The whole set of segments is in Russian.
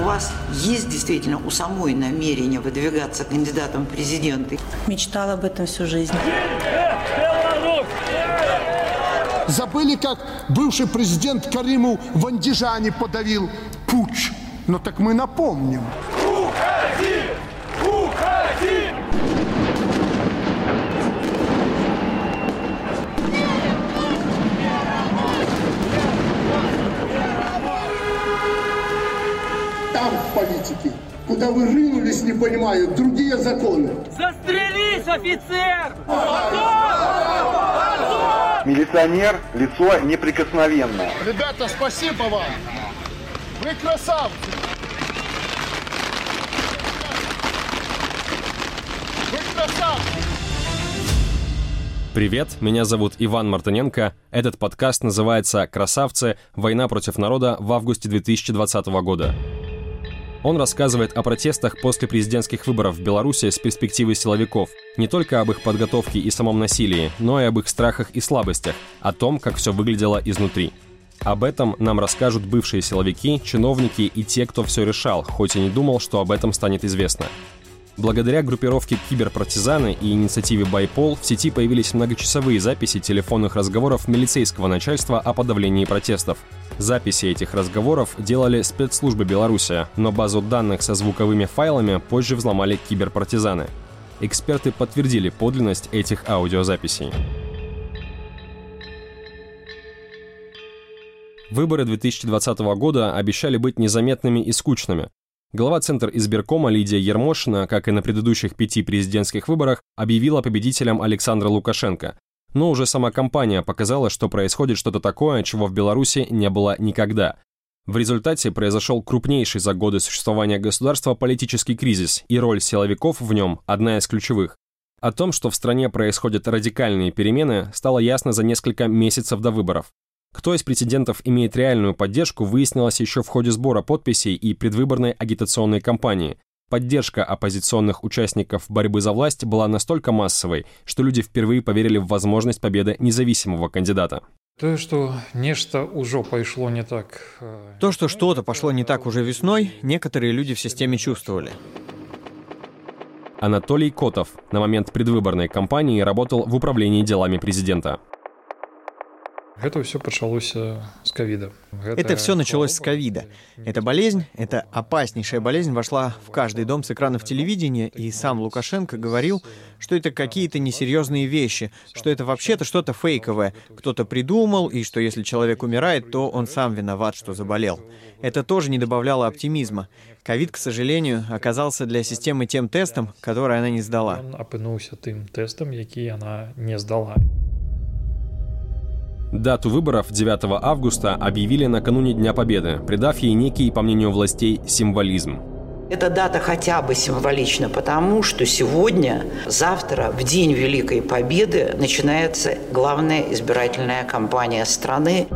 вас есть действительно у самой намерение выдвигаться кандидатом в президенты? Мечтала об этом всю жизнь. Забыли, как бывший президент Каримов в Андижане подавил путч? Ну так мы напомним. Уходи! Уходи! Там в политике, куда вы рынулись, не понимают, другие законы. Застрелись, офицер! Милиционер – лицо неприкосновенное. Ребята, спасибо вам. Вы красавцы. Вы красавцы. Привет, меня зовут Иван Мартыненко. Этот подкаст называется «Красавцы. Война против народа» в августе 2020 года. Он рассказывает о протестах после президентских выборов в Беларуси с перспективы силовиков. Не только об их подготовке и самом насилии, но и об их страхах и слабостях, о том, как все выглядело изнутри. Об этом нам расскажут бывшие силовики, чиновники и те, кто все решал, хоть и не думал, что об этом станет известно. Благодаря группировке «Киберпартизаны» и инициативе «Байпол» в сети появились многочасовые записи телефонных разговоров милицейского начальства о подавлении протестов. Записи этих разговоров делали спецслужбы Беларуси, но базу данных со звуковыми файлами позже взломали киберпартизаны. Эксперты подтвердили подлинность этих аудиозаписей. Выборы 2020 года обещали быть незаметными и скучными. Глава Центр избиркома Лидия Ермошина, как и на предыдущих 5 президентских выборах, объявила победителем Александра Лукашенко. Но уже сама кампания показала, что происходит что-то такое, чего в Беларуси не было никогда. В результате произошел крупнейший за годы существования государства политический кризис, и роль силовиков в нем одна из ключевых. О том, что в стране происходят радикальные перемены, стало ясно за несколько месяцев до выборов. Кто из претендентов имеет реальную поддержку, выяснилось еще в ходе сбора подписей и предвыборной агитационной кампании. Поддержка оппозиционных участников борьбы за власть была настолько массовой, что люди впервые поверили в возможность победы независимого кандидата. То, что нечто уже пошло не так. То, что что-то пошло не так уже весной, некоторые люди в системе чувствовали. Анатолий Котов на момент предвыборной кампании работал в управлении делами президента. Это все началось с ковида. Это все началось с ковида. Эта болезнь, эта опаснейшая болезнь вошла в каждый дом с экранов телевидения, и сам Лукашенко говорил, что это какие-то несерьезные вещи, что это вообще-то что-то фейковое, кто-то придумал, и что если человек умирает, то он сам виноват, что заболел. Это тоже не добавляло оптимизма. Ковид, к сожалению, оказался для системы тем тестом, который она не сдала. Он опинувся тем тестом, який она не сдала. Дату выборов 9 августа объявили накануне Дня Победы, придав ей некий, по мнению властей, символизм. Эта дата хотя бы символична, потому что сегодня, завтра, в День Великой Победы, начинается главная избирательная кампания страны.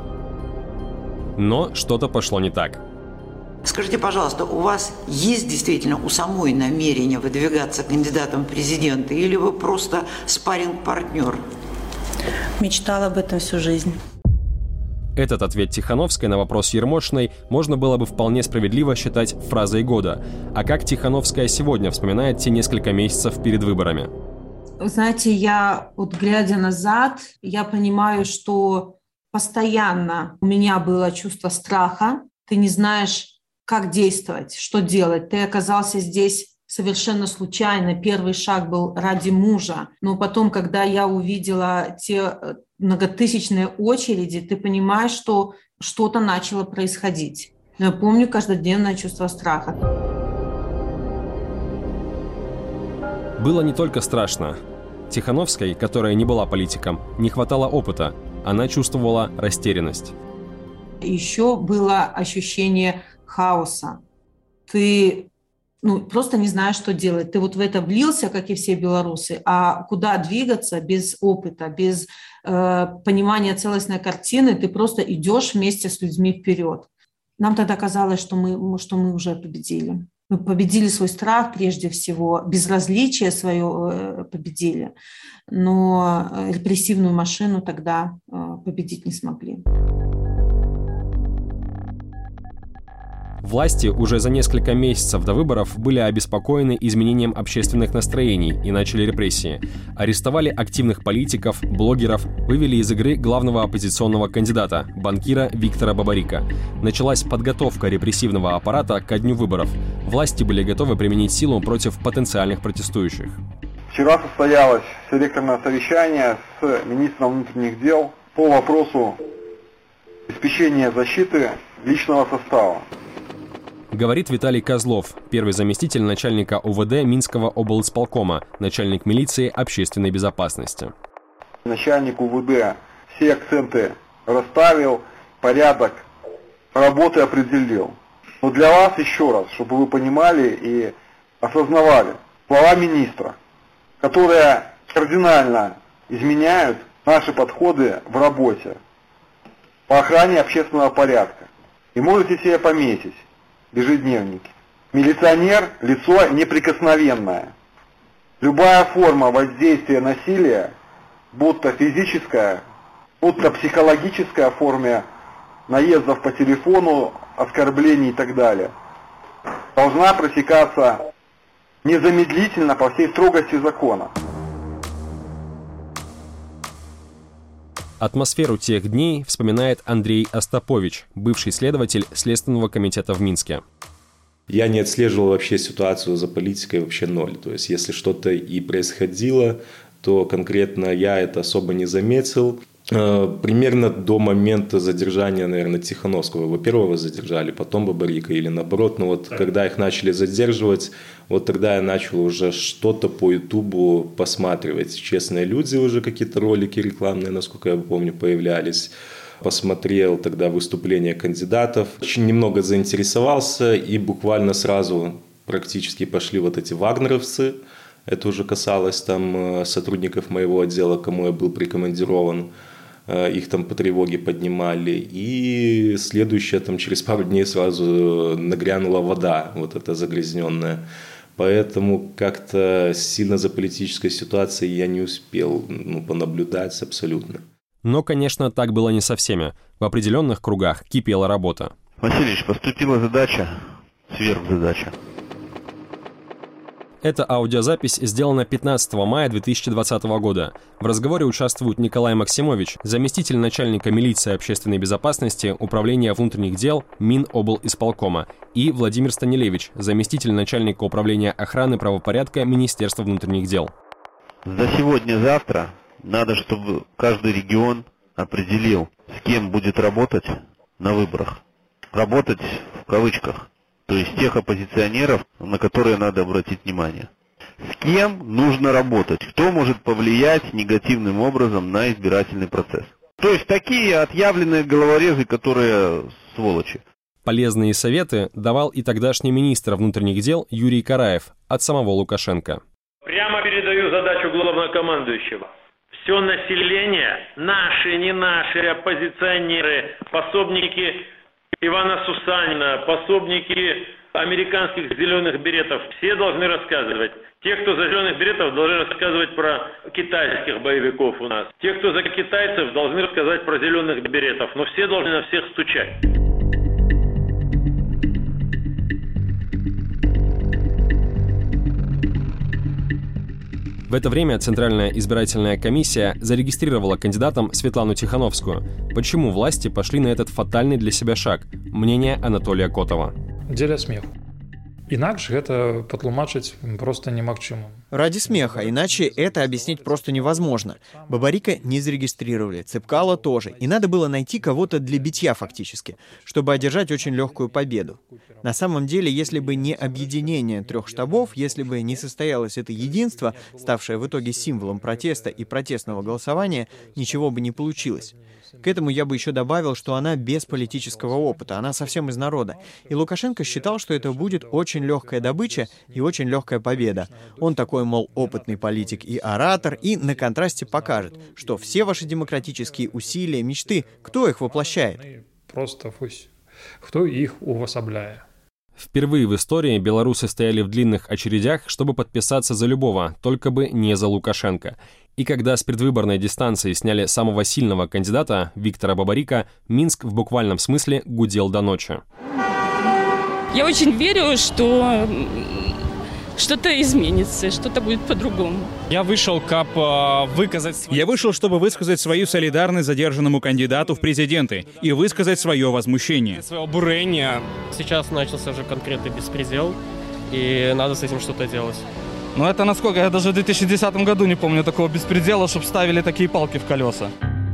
Но что-то пошло не так. Скажите, пожалуйста, у вас есть действительно у самой намерение выдвигаться кандидатом в президенты, или вы просто спарринг-партнер? Мечтала об этом всю жизнь. Этот ответ Тихановской на вопрос Ермошиной можно было бы вполне справедливо считать фразой года. А как Тихановская сегодня вспоминает те несколько месяцев перед выборами? Вы знаете, я глядя назад, я понимаю, что постоянно у меня было чувство страха. Ты не знаешь, как действовать, что делать. Ты оказался здесь совершенно случайно. Первый шаг был ради мужа. Но потом, когда я увидела те многотысячные очереди, ты понимаешь, что что-то начало происходить. Но я помню каждодневное чувство страха. Было не только страшно. Тихановской, которая не была политиком, не хватало опыта. Она чувствовала растерянность. Еще было ощущение хаоса. Ты просто не знаешь, что делать. Ты в это влился, как и все белорусы, а куда двигаться без опыта, без понимания целостной картины, ты просто идешь вместе с людьми вперед. Нам тогда казалось, что мы уже победили. Мы победили свой страх прежде всего, безразличие свое победили, но репрессивную машину тогда победить не смогли. Власти уже за несколько месяцев до выборов были обеспокоены изменением общественных настроений и начали репрессии. Арестовали активных политиков, блогеров, вывели из игры главного оппозиционного кандидата, банкира Виктора Бабарика. Началась подготовка репрессивного аппарата ко дню выборов. Власти были готовы применить силу против потенциальных протестующих. Вчера состоялось селекторное совещание с министром внутренних дел по вопросу обеспечения защиты личного состава. Говорит Виталий Козлов, первый заместитель начальника УВД Минского облисполкома, начальник милиции общественной безопасности. Начальник УВД все акценты расставил, порядок работы определил. Но для вас еще раз, чтобы вы понимали и осознавали, слова министра, которые кардинально изменяют наши подходы в работе по охране общественного порядка. И можете себе пометить в ежедневнике. Милиционер – лицо неприкосновенное. Любая форма воздействия насилия, будто физическая, будто психологическая в форме наездов по телефону, оскорблений и так далее, должна пресекаться незамедлительно по всей строгости закона. Атмосферу тех дней вспоминает Андрей Остапович, бывший следователь Следственного комитета в Минске. Я не отслеживал вообще ситуацию за политикой, вообще ноль. То есть, если что-то и происходило, то конкретно я это особо не заметил. Примерно до момента задержания, наверное, Тихановского. Его первого задержали, потом Бабарика или наоборот. Но вот когда их начали задерживать, вот тогда я начал уже что-то по Ютубу посматривать. «Честные люди» уже какие-то ролики рекламные, насколько я помню, появлялись. Посмотрел тогда выступления кандидатов. Очень немного заинтересовался и буквально сразу практически пошли вот эти вагнеровцы. Это уже касалось там сотрудников моего отдела, кому я был прикомандирован. Их там по тревоге поднимали. И следующее, там через пару дней сразу нагрянула вода, вот эта загрязненная. Поэтому как-то сильно за политической ситуацией я не успел понаблюдать абсолютно. Но, конечно, так было не со всеми. В определенных кругах кипела работа. Васильевич, поступила задача, сверхзадача. Эта аудиозапись сделана 15 мая 2020 года. В разговоре участвуют Николай Максимович, заместитель начальника милиции общественной безопасности Управления внутренних дел Миноблисполкома, и Владимир Станилевич, заместитель начальника Управления охраны правопорядка Министерства внутренних дел. За сегодня-завтра надо, чтобы каждый регион определил, с кем будет работать на выборах. Работать в кавычках. То есть тех оппозиционеров, на которые надо обратить внимание. С кем нужно работать? Кто может повлиять негативным образом на избирательный процесс? То есть такие отъявленные головорезы, которые сволочи. Полезные советы давал и тогдашний министр внутренних дел Юрий Караев от самого Лукашенко. Прямо передаю задачу главнокомандующего. Все население, наши, не наши, оппозиционеры, пособники Ивана Сусанина, пособники американских зеленых беретов, все должны рассказывать. Те, кто за зеленых беретов, должны рассказывать про китайских боевиков у нас. Те, кто за китайцев, должны рассказать про зеленых беретов. Но все должны на всех стучать. В это время Центральная избирательная комиссия зарегистрировала кандидатом Светлану Тихановскую. Почему власти пошли на этот фатальный для себя шаг? Мнение Анатолия Котова. Дзеля смеху. Інакше это патлумачить просто немагчыма. Ради смеха, иначе это объяснить просто невозможно. Бабарика не зарегистрировали, Цепкала тоже. И надо было найти кого-то для битья фактически, чтобы одержать очень легкую победу. На самом деле, если бы не объединение трех штабов, если бы не состоялось это единство, ставшее в итоге символом протеста и протестного голосования, ничего бы не получилось. К этому я бы еще добавил, что она без политического опыта, она совсем из народа. И Лукашенко считал, что это будет очень легкая добыча и очень легкая победа. Он такой, мол, опытный политик и оратор, и на контрасте покажет, что все ваши демократические усилия, мечты, кто их воплощает? Просто кто их увособляет. Впервые в истории белорусы стояли в длинных очередях, чтобы подписаться за любого, только бы не за Лукашенко. И когда с предвыборной дистанции сняли самого сильного кандидата, Виктора Бабарика, Минск в буквальном смысле гудел до ночи. Я очень верю, что что-то изменится, что-то будет по-другому. Я вышел, чтобы высказать свою солидарность задержанному кандидату в президенты и высказать свое возмущение. Свое бурение. Сейчас начался уже конкретный беспредел, и надо с этим что-то делать. Ну это насколько? Я даже в 2010 году не помню такого беспредела, чтобы ставили такие палки в колеса.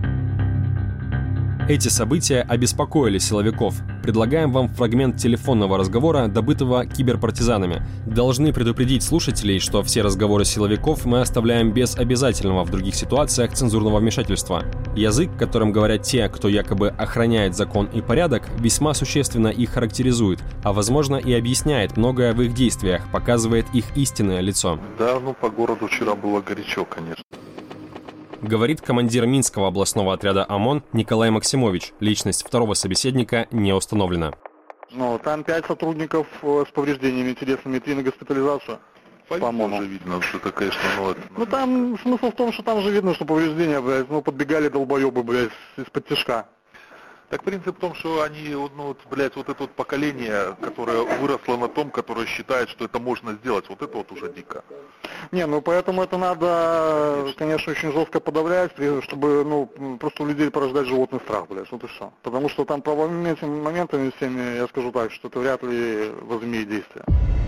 Эти события обеспокоили силовиков. Предлагаем вам фрагмент телефонного разговора, добытого киберпартизанами. Должны предупредить слушателей, что все разговоры силовиков мы оставляем без обязательного в других ситуациях цензурного вмешательства. Язык, которым говорят те, кто якобы охраняет закон и порядок, весьма существенно их характеризует, а возможно и объясняет многое в их действиях, показывает их истинное лицо. Да, по городу вчера было горячо, конечно. Говорит командир Минского областного отряда ОМОН Николай Максимович. Личность второго собеседника не установлена. Там 5 сотрудников с повреждениями телесными, 3 на госпитализацию. По ОМОНу. Уже видно, что это, конечно, там смысл в том, что там же видно, что повреждения, подбегали долбоебы, из-под тяжка. Так принцип в том, что они, вот это поколение, которое выросло на том, которое считает, что это можно сделать, вот это вот уже дико. Поэтому это надо, конечно, очень жестко подавлять, чтобы, просто у людей порождать животный страх, вот и все. Потому что там правовыми этими моментами всеми, я скажу так, что это вряд ли возымеет действие.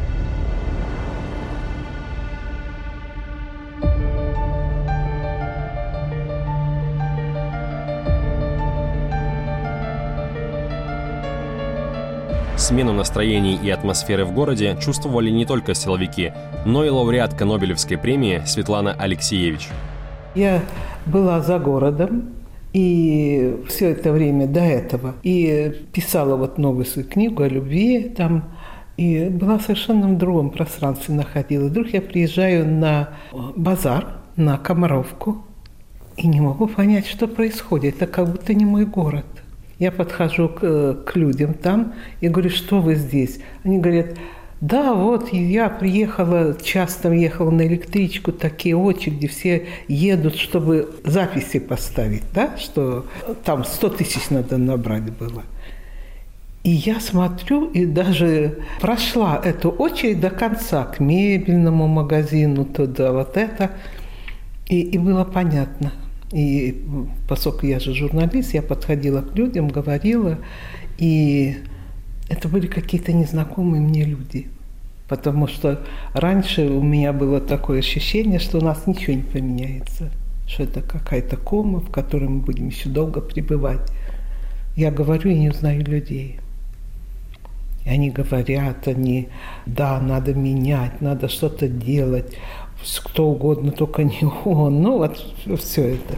Смену настроений и атмосферы в городе чувствовали не только силовики, но и лауреатка Нобелевской премии Светлана Алексеевич. Я была за городом, и все это время до этого, и писала новую свою книгу о любви там, и была совершенно в другом пространстве находилась. Вдруг я приезжаю на базар, на Комаровку, и не могу понять, что происходит. Это как будто не мой город. Я подхожу к людям там и говорю, что вы здесь? Они говорят, да, я приехала, часто ехала на электричку, такие очереди, все едут, чтобы записи поставить, да, что там 100 тысяч надо набрать было. И я смотрю, и даже прошла эту очередь до конца, к мебельному магазину, туда, это, и было понятно. И поскольку я же журналист, я подходила к людям, говорила, и это были какие-то незнакомые мне люди. Потому что раньше у меня было такое ощущение, что у нас ничего не поменяется, что это какая-то кома, в которой мы будем еще долго пребывать. Я говорю и не узнаю людей. И они говорят, да, надо менять, надо что-то делать. Кто угодно, только не он. Все это.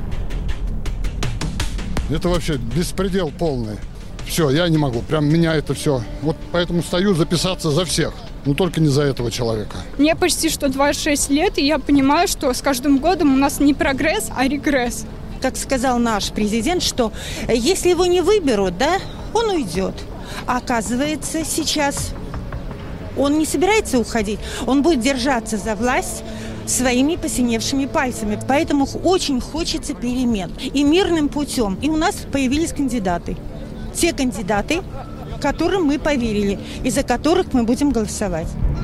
Это вообще беспредел полный. Все, я не могу. Прям меня это все. Поэтому стою записаться за всех. Но только не за этого человека. Мне почти что 26 лет, и я понимаю, что с каждым годом у нас не прогресс, а регресс. Как сказал наш президент, что если его не выберут, он уйдет. А оказывается, сейчас он не собирается уходить. Он будет держаться за власть своими посиневшими пальцами. Поэтому очень хочется перемен. И мирным путем. И у нас появились кандидаты. Те кандидаты, которым мы поверили, и за которых мы будем голосовать.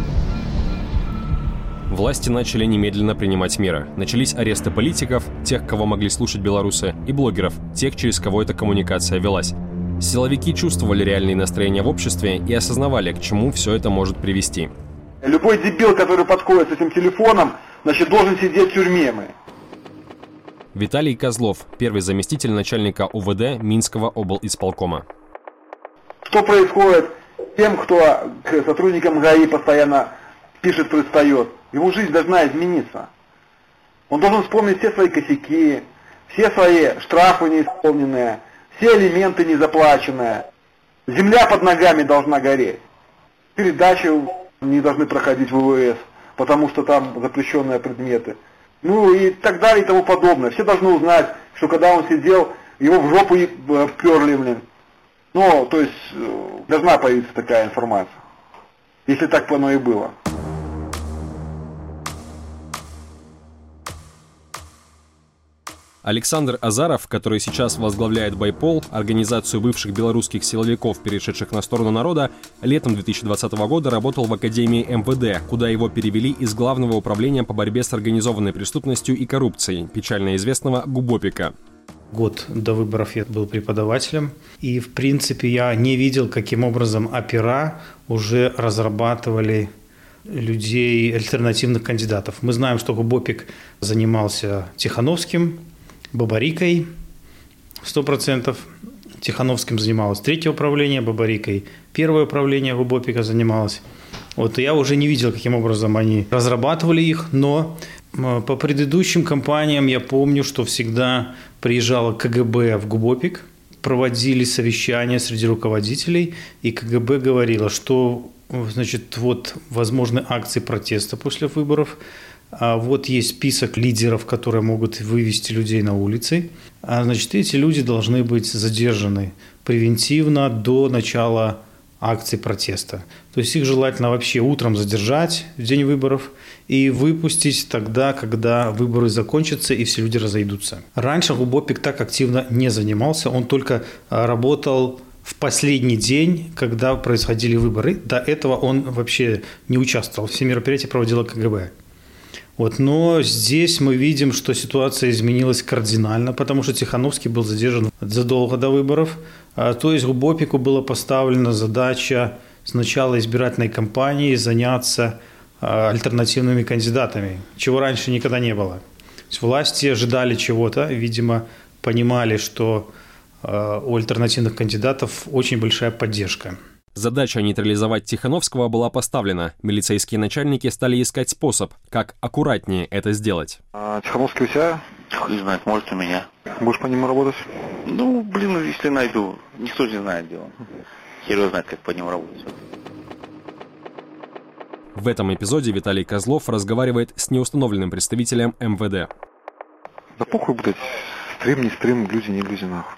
Власти начали немедленно принимать меры. Начались аресты политиков, тех, кого могли слушать белорусы, и блогеров, тех, через кого эта коммуникация велась. Силовики чувствовали реальные настроения в обществе и осознавали, к чему все это может привести. Любой дебил, который подходит с этим телефоном, должен сидеть в тюрьме. Виталий Козлов, первый заместитель начальника УВД Минского облисполкома. Что происходит с тем, кто к сотрудникам ГАИ постоянно пишет, пристает? Его жизнь должна измениться. Он должен вспомнить все свои косяки, все свои штрафы неисполненные, все алименты незаплаченные. Земля под ногами должна гореть. Передачи не должны проходить в ВВС, потому что там запрещенные предметы. И так далее и тому подобное. Все должны узнать, что когда он сидел, его в жопу вперли, то есть должна появиться такая информация. Если так оно и было. Александр Азаров, который сейчас возглавляет Байпол, организацию бывших белорусских силовиков, перешедших на сторону народа, летом 2020 года работал в Академии МВД, куда его перевели из Главного управления по борьбе с организованной преступностью и коррупцией, печально известного ГУБОПИКа. Год до выборов я был преподавателем, и, в принципе, я не видел, каким образом опера уже разрабатывали людей, альтернативных кандидатов. Мы знаем, что ГУБОПИК занимался Тихановским, Бабарикой 100%. Тихановским занималось 3-е управление, Бабарикой 1-е управление ГУБОПИКа занималось. Вот я уже не видел, каким образом они разрабатывали их, но по предыдущим кампаниям я помню, что всегда приезжало КГБ в ГУБОПИК, проводили совещания среди руководителей, и КГБ говорило, что, значит, вот возможны акции протеста после выборов, а вот есть список лидеров, которые могут вывести людей на улицы. А значит, эти люди должны быть задержаны превентивно до начала акций протеста. То есть их желательно вообще утром задержать в день выборов и выпустить тогда, когда выборы закончатся и все люди разойдутся. Раньше ГУБОПИК так активно не занимался, он только работал в последний день, когда происходили выборы. До этого он вообще не участвовал. Все мероприятия проводила КГБ. Вот, но здесь мы видим, что ситуация изменилась кардинально, потому что Тихановский был задержан задолго до выборов. То есть ГУБОПИКу была поставлена задача с начала избирательной кампании заняться альтернативными кандидатами, чего раньше никогда не было. То есть власти ожидали чего-то, видимо, понимали, что у альтернативных кандидатов очень большая поддержка. Задача нейтрализовать Тихановского была поставлена. Милицейские начальники стали искать способ, как аккуратнее это сделать. Тихановский у тебя? Не знает, может у меня. Будешь по нему работать? Ну, блин, если найду. Никто не знает дело. Хер его знает, как по нему работать. В этом эпизоде Виталий Козлов разговаривает с неустановленным представителем МВД. Да похуй, блядь. Стрим, не стрим, люди, не люди, нахуй.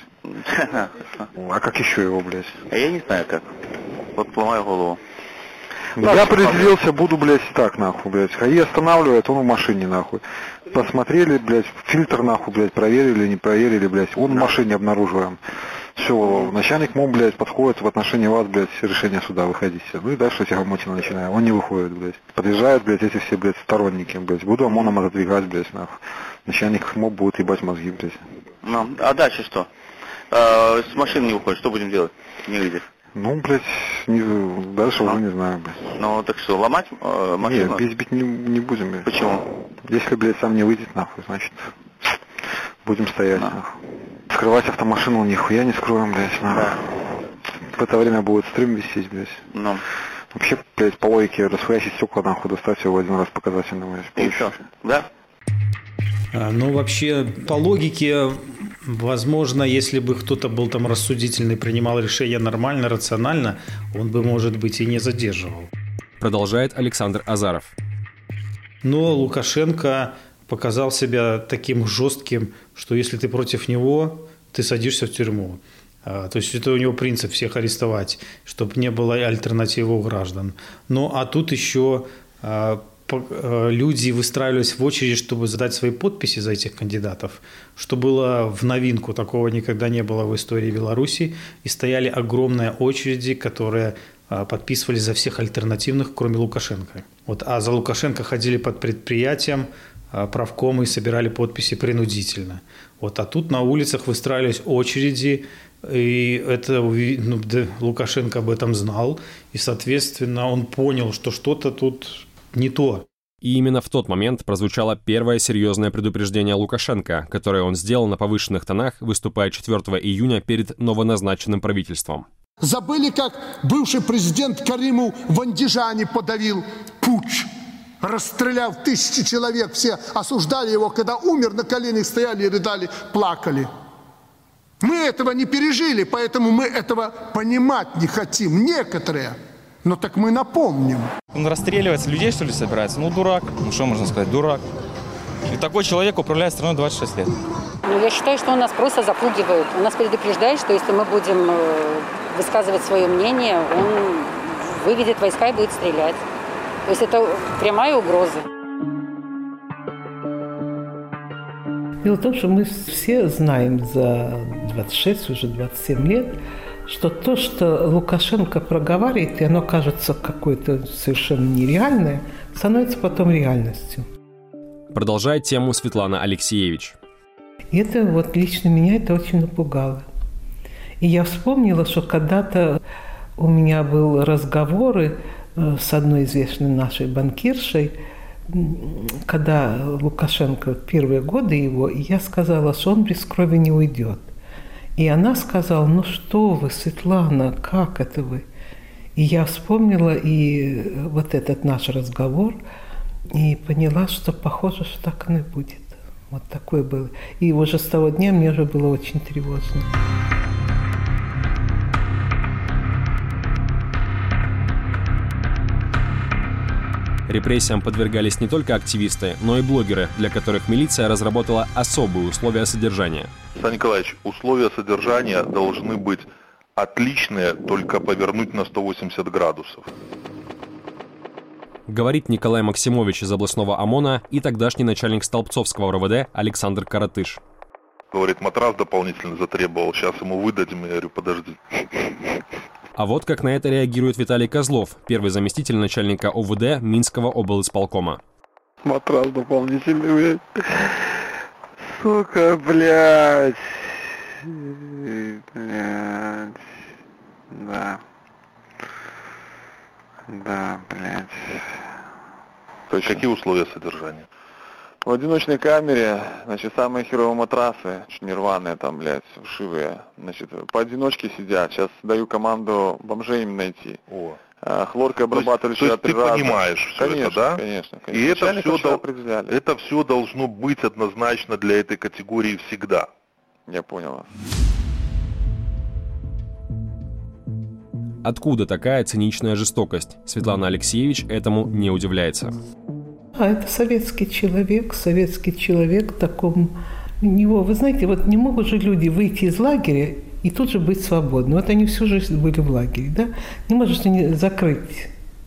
А как еще его, блядь? А я не знаю как. Вот ломаю голову. Я определился, буду, блядь, так, нахуй, блядь. ХАИ останавливает, он в машине, нахуй. Посмотрели, блядь, фильтр, нахуй, блядь, проверили, не проверили, блядь. Он в машине обнаруживаем. Все, начальник МОМ, блядь, подходит в отношении вас, блядь, решение суда, выходите. Ну и дальше тягомотина начинаем. Он не выходит, блядь. Подъезжают, блядь, эти все, блядь, сторонники, блядь. Буду ОМОНом отодвигать, блядь, нахуй. Начальник МОБ будет ебать мозги, блядь. Ну, а дальше что? С машины не выходит, что будем делать? Не видишь? Ну, блядь, дальше уже не знаю, блядь. Ну, так что, ломать машину? Нет, бить не будем, блядь. Почему? Если, блядь, сам не выйдет, нахуй, значит, будем стоять, нахуй. Скрывать автомашину нихуя не скроем, блядь, нахуй. Да. В это время будет стрим висеть, блядь. Ну. Вообще, блядь, по логике, расхуячить стекла, нахуй, доставь его один раз показательно, блядь. И все, да? Ну, вообще, по логике, возможно, если бы кто-то был там рассудительный, принимал решение нормально, рационально, он бы, может быть, и не задерживал. Продолжает Александр Азаров. Но Лукашенко показал себя таким жестким, что если ты против него, ты садишься в тюрьму. То есть это у него принцип всех арестовать, чтобы не было альтернативы у граждан. Ну, а тут еще люди выстраивались в очередь, чтобы задать свои подписи за этих кандидатов, что было в новинку, такого никогда не было в истории Беларуси, и стояли огромные очереди, которые подписывались за всех альтернативных, кроме Лукашенко. Вот, а за Лукашенко ходили под предприятием, правкомы и собирали подписи принудительно. Вот, а тут на улицах выстраивались очереди, и это, Лукашенко об этом знал, и, соответственно, он понял, что что-то тут не то. И именно в тот момент прозвучало первое серьезное предупреждение Лукашенко, которое он сделал на повышенных тонах, выступая 4 июня перед новоназначенным правительством. Забыли, как бывший президент Каримов в Андижане подавил путч, расстреляв 1000 человек. Все осуждали его, когда умер, на коленях стояли и рыдали, плакали. Мы этого не пережили, поэтому мы этого понимать не хотим. Некоторые. Но так мы напомним. Он расстреливать людей, что ли, собирается? Ну, дурак. Ну, что можно сказать? Дурак. И такой человек управляет страной 26 лет. Ну, я считаю, что он нас просто запугивает. Он нас предупреждает, что если мы будем высказывать свое мнение, он выведет войска и будет стрелять. То есть это прямая угроза. Дело в том, что мы все знаем за 26, уже 27 лет, что то, что Лукашенко проговаривает, и оно кажется какое-то совершенно нереальное, становится потом реальностью. Продолжает тему Светлана Алексеевич. И это вот лично меня это очень напугало. И я вспомнила, что когда-то у меня был разговор с одной известной нашей банкиршей, когда Лукашенко первые годы его, и я сказала, что он без крови не уйдет. И она сказала, ну что вы, Светлана, как это вы? И я вспомнила и вот этот наш разговор, и поняла, что похоже, что так оно и будет. Вот такое было. И уже с того дня мне уже было очень тревожно. Репрессиям подвергались не только активисты, но и блогеры, для которых милиция разработала особые условия содержания. Александр Николаевич, условия содержания должны быть отличные, только повернуть на 180 градусов. Говорит Николай Максимович из областного ОМОНа и тогдашний начальник Столбцовского РОВД Александр Каратыш. Говорит, матрас дополнительно затребовал, сейчас ему выдадим. Я говорю, подожди. А вот как на это реагирует Виталий Козлов, первый заместитель начальника ОВД Минского облисполкома. Матрас дополнительный, блядь. Сука, блядь. Блядь. Да. Да, блядь. То есть какие условия содержания? В одиночной камере, значит, самые херовые матрасы, нерваные там, блядь, вшивые, значит, поодиночке сидят. Сейчас даю команду бомжей им найти. О. Хлоркой обрабатывали вчера 3 раза. Ты понимаешь все конечно, это, да? Конечно. И это все должно быть однозначно для этой категории всегда. Я понял вас. Откуда такая циничная жестокость? Светлана Алексеевич этому не удивляется. А это советский человек в таком... Него, вы знаете, вот не могут же люди выйти из лагеря и тут же быть свободны. Вот они всю жизнь были в лагере, да? Не можете закрыть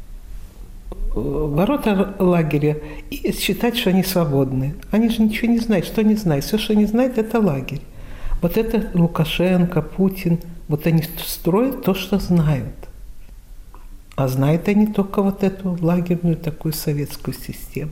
ворота лагеря и считать, что они свободны. Они же ничего не знают. Что они знают? Все, что они знают, это лагерь. Вот это Лукашенко, Путин. Вот они строят то, что знают. А знают они только вот эту лагерную такую советскую систему.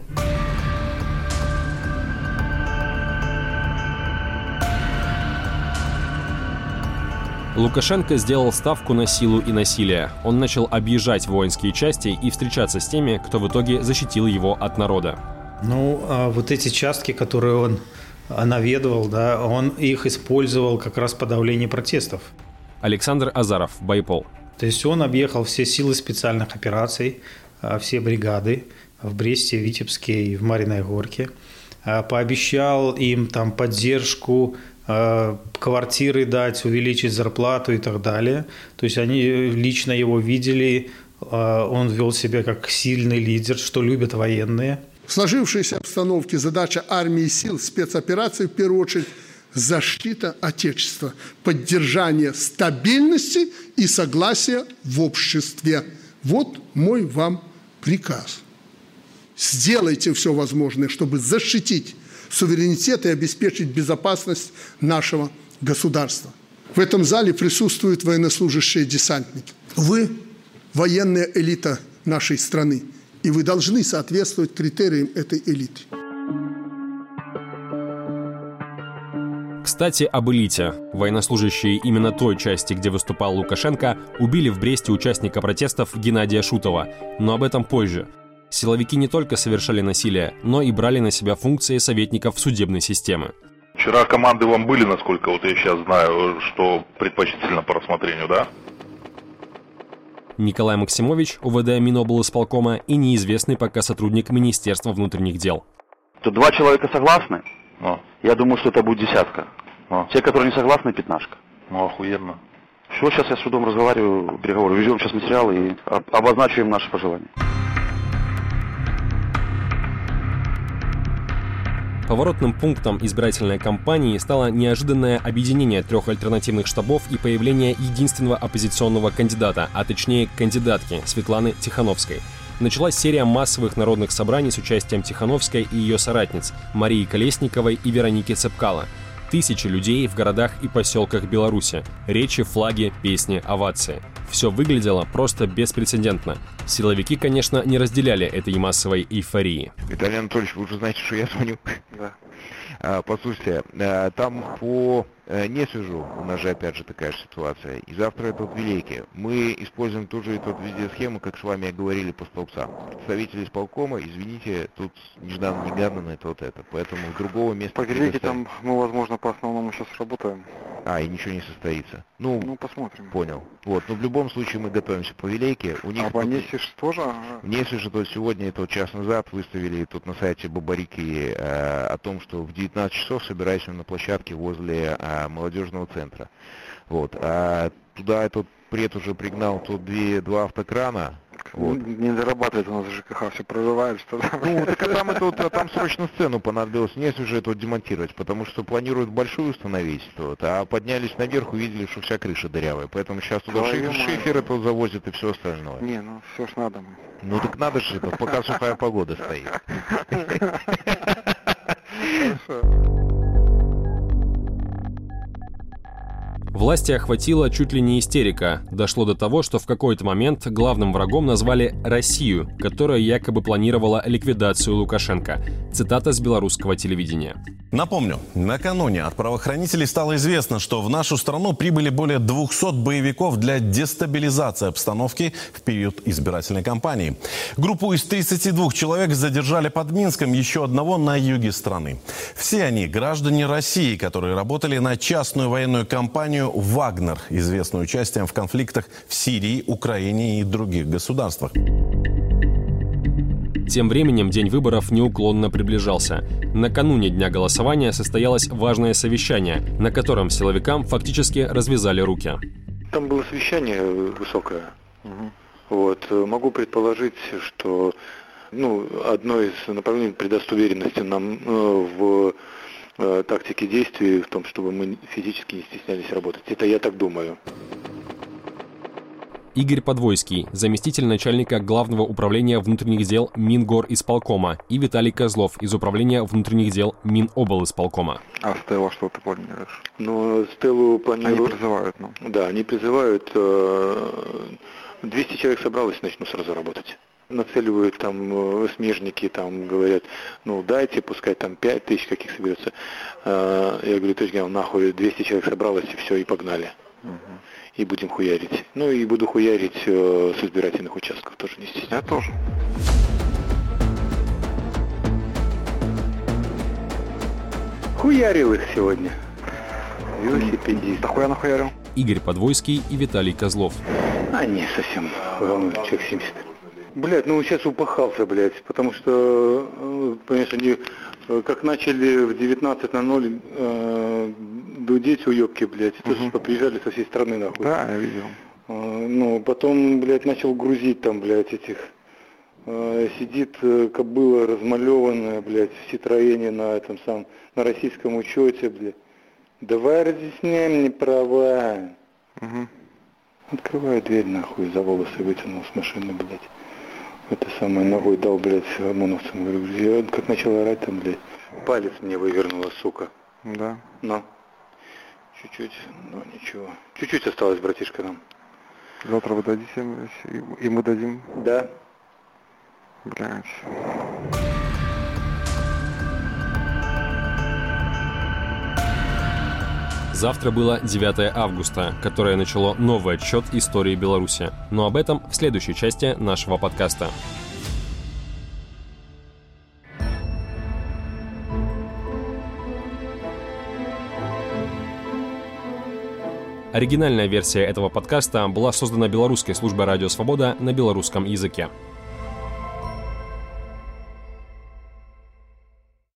Лукашенко сделал ставку на силу и насилие. Он начал объезжать воинские части и встречаться с теми, кто в итоге защитил его от народа. Ну, а вот эти частки, которые он наведывал, да, он их использовал как раз в подавлении протестов. Александр Азаров, Байпол. То есть он объехал все силы специальных операций, все бригады в Бресте, Витебске и в Мариной Горке. Пообещал им там поддержку, квартиры дать, увеличить зарплату и так далее. То есть они лично его видели, он вел себя как сильный лидер, что любят военные. В сложившейся обстановке задача армии и сил спецопераций в первую очередь защита Отечества, поддержание стабильности и согласия в обществе. Вот мой вам приказ. Сделайте все возможное, чтобы защитить суверенитет и обеспечить безопасность нашего государства. В этом зале присутствуют военнослужащие десантники. Вы – военная элита нашей страны, и вы должны соответствовать критериям этой элиты. Кстати, об элите. Военнослужащие именно той части, где выступал Лукашенко, убили в Бресте участника протестов Геннадия Шутова. Но об этом позже. Силовики не только совершали насилие, но и брали на себя функции советников судебной системы. Вчера команды вам были, насколько вот я сейчас знаю, что предпочтительно по рассмотрению, да? Николай Максимович, УВД Миноблисполкома и неизвестный пока сотрудник Министерства внутренних дел. Тут 2 человека согласны? Я думаю, что это будет 10. Те, которые не согласны, 15. Ну, охуенно. Все, сейчас я с судом разговариваю, переговоры. Везем сейчас материалы и обозначиваем наши пожелания. Поворотным пунктом избирательной кампании стало неожиданное объединение 3 альтернативных штабов и появление единственного оппозиционного кандидата, а точнее кандидатки Светланы Тихановской. началась серия массовых народных собраний с участием Тихановской и ее соратниц Марии Колесниковой и Вероники Цепкало. Тысячи людей в городах и поселках Беларуси. Речи, флаги, песни, овации. Все выглядело просто беспрецедентно. Силовики, конечно, не разделяли этой массовой эйфории. Виталий Анатольевич, вы уже знаете, что я звоню? Да. Послушайте, там по Несвежу у нас же опять же такая же ситуация. И завтра это вот Вилейки. Мы используем ту же везде схему, как с вами говорили по столбцам. Представители исполкома, извините, тут нежданно-негаданно это вот это. Поэтому другого места... По Вилейке там мы, возможно, по основному сейчас работаем. И ничего не состоится. Ну, посмотрим. Понял. Вот, но в любом случае мы готовимся по Вилейке. У них по Несвеж тоже? В Несвеже то сегодня, это вот час назад выставили тут на сайте Бабарики о том, что в 19 часов собираемся на площадке возле молодежного центра. Вот. А туда этот пред уже пригнал тут два автокрана. Вот. Не зарабатывает у нас ЖКХ, все прорывает, что ли? Ну, так там срочно сцену понадобилось, не уже это демонтировать, потому что планируют большую установить, а поднялись наверх, увидели, что вся крыша дырявая, поэтому сейчас туда шифер это завозят и все остальное. Не, все ж надо. Ну так надо же, пока сухая погода стоит. Власти охватила чуть ли не истерика. Дошло до того, что в какой-то момент главным врагом назвали Россию, которая якобы планировала ликвидацию Лукашенко. Цитата с белорусского телевидения. Напомню, накануне от правоохранителей стало известно, что в нашу страну прибыли более 200 боевиков для дестабилизации обстановки в период избирательной кампании. Группу из 32 человек задержали под Минском, еще одного на юге страны. Все они граждане России, которые работали на частную военную компанию «Вагнер», известную участием в конфликтах в Сирии, Украине и других государствах. Тем временем день выборов неуклонно приближался. Накануне дня голосования состоялось важное совещание, на котором силовикам фактически развязали руки. Там было совещание высокое. Вот. Могу предположить, что одно из направлений придаст уверенности нам в тактике действий, в том, чтобы мы физически не стеснялись работать. Это я так думаю. Игорь Подвойский, заместитель начальника Главного управления внутренних дел Мингорисполкома, и Виталий Козлов из Управления внутренних дел Миноблисполкома. А Стелла что ты планируешь? Стеллу планируют... Они призывают, Да, они призывают. 200 человек собралось, начну сразу работать. Нацеливают там смежники, говорят, дайте, пускай там 5000 каких соберется. Я говорю, то есть нахуй 200 человек собралось, и все, и погнали. И будем хуярить. И буду хуярить с избирательных участков, тоже не стесняюсь. Я тоже. Хуярил их сегодня. Велосипедист. Хуя нахуярил? Игорь Подвойский и Виталий Козлов. Не совсем. Человек 70. Сейчас упахался, потому что, понимаешь, они как начали в 19:00 дудеть уёбки, тоже приезжали со всей страны, нахуй. Да, я видел. Потом, начал грузить там, этих. Сидит кобыла размалеванная, в Ситроене на на российском учете, Давай разъясняй мне права. Открываю дверь, нахуй, за волосы вытянул с машины, Это самое, ногой дал, ОМОНовцам. Говорю, как начал орать там, палец мне вывернула, сука. Да? Чуть-чуть, ничего. Чуть-чуть осталось, братишка, нам. Завтра вы дадите, и мы дадим? Да. Блядь. Завтра было 9 августа, которое начало новый отсчет истории Беларуси. Но об этом в следующей части нашего подкаста. Оригинальная версия этого подкаста была создана белорусской службой «Радио Свобода» на белорусском языке.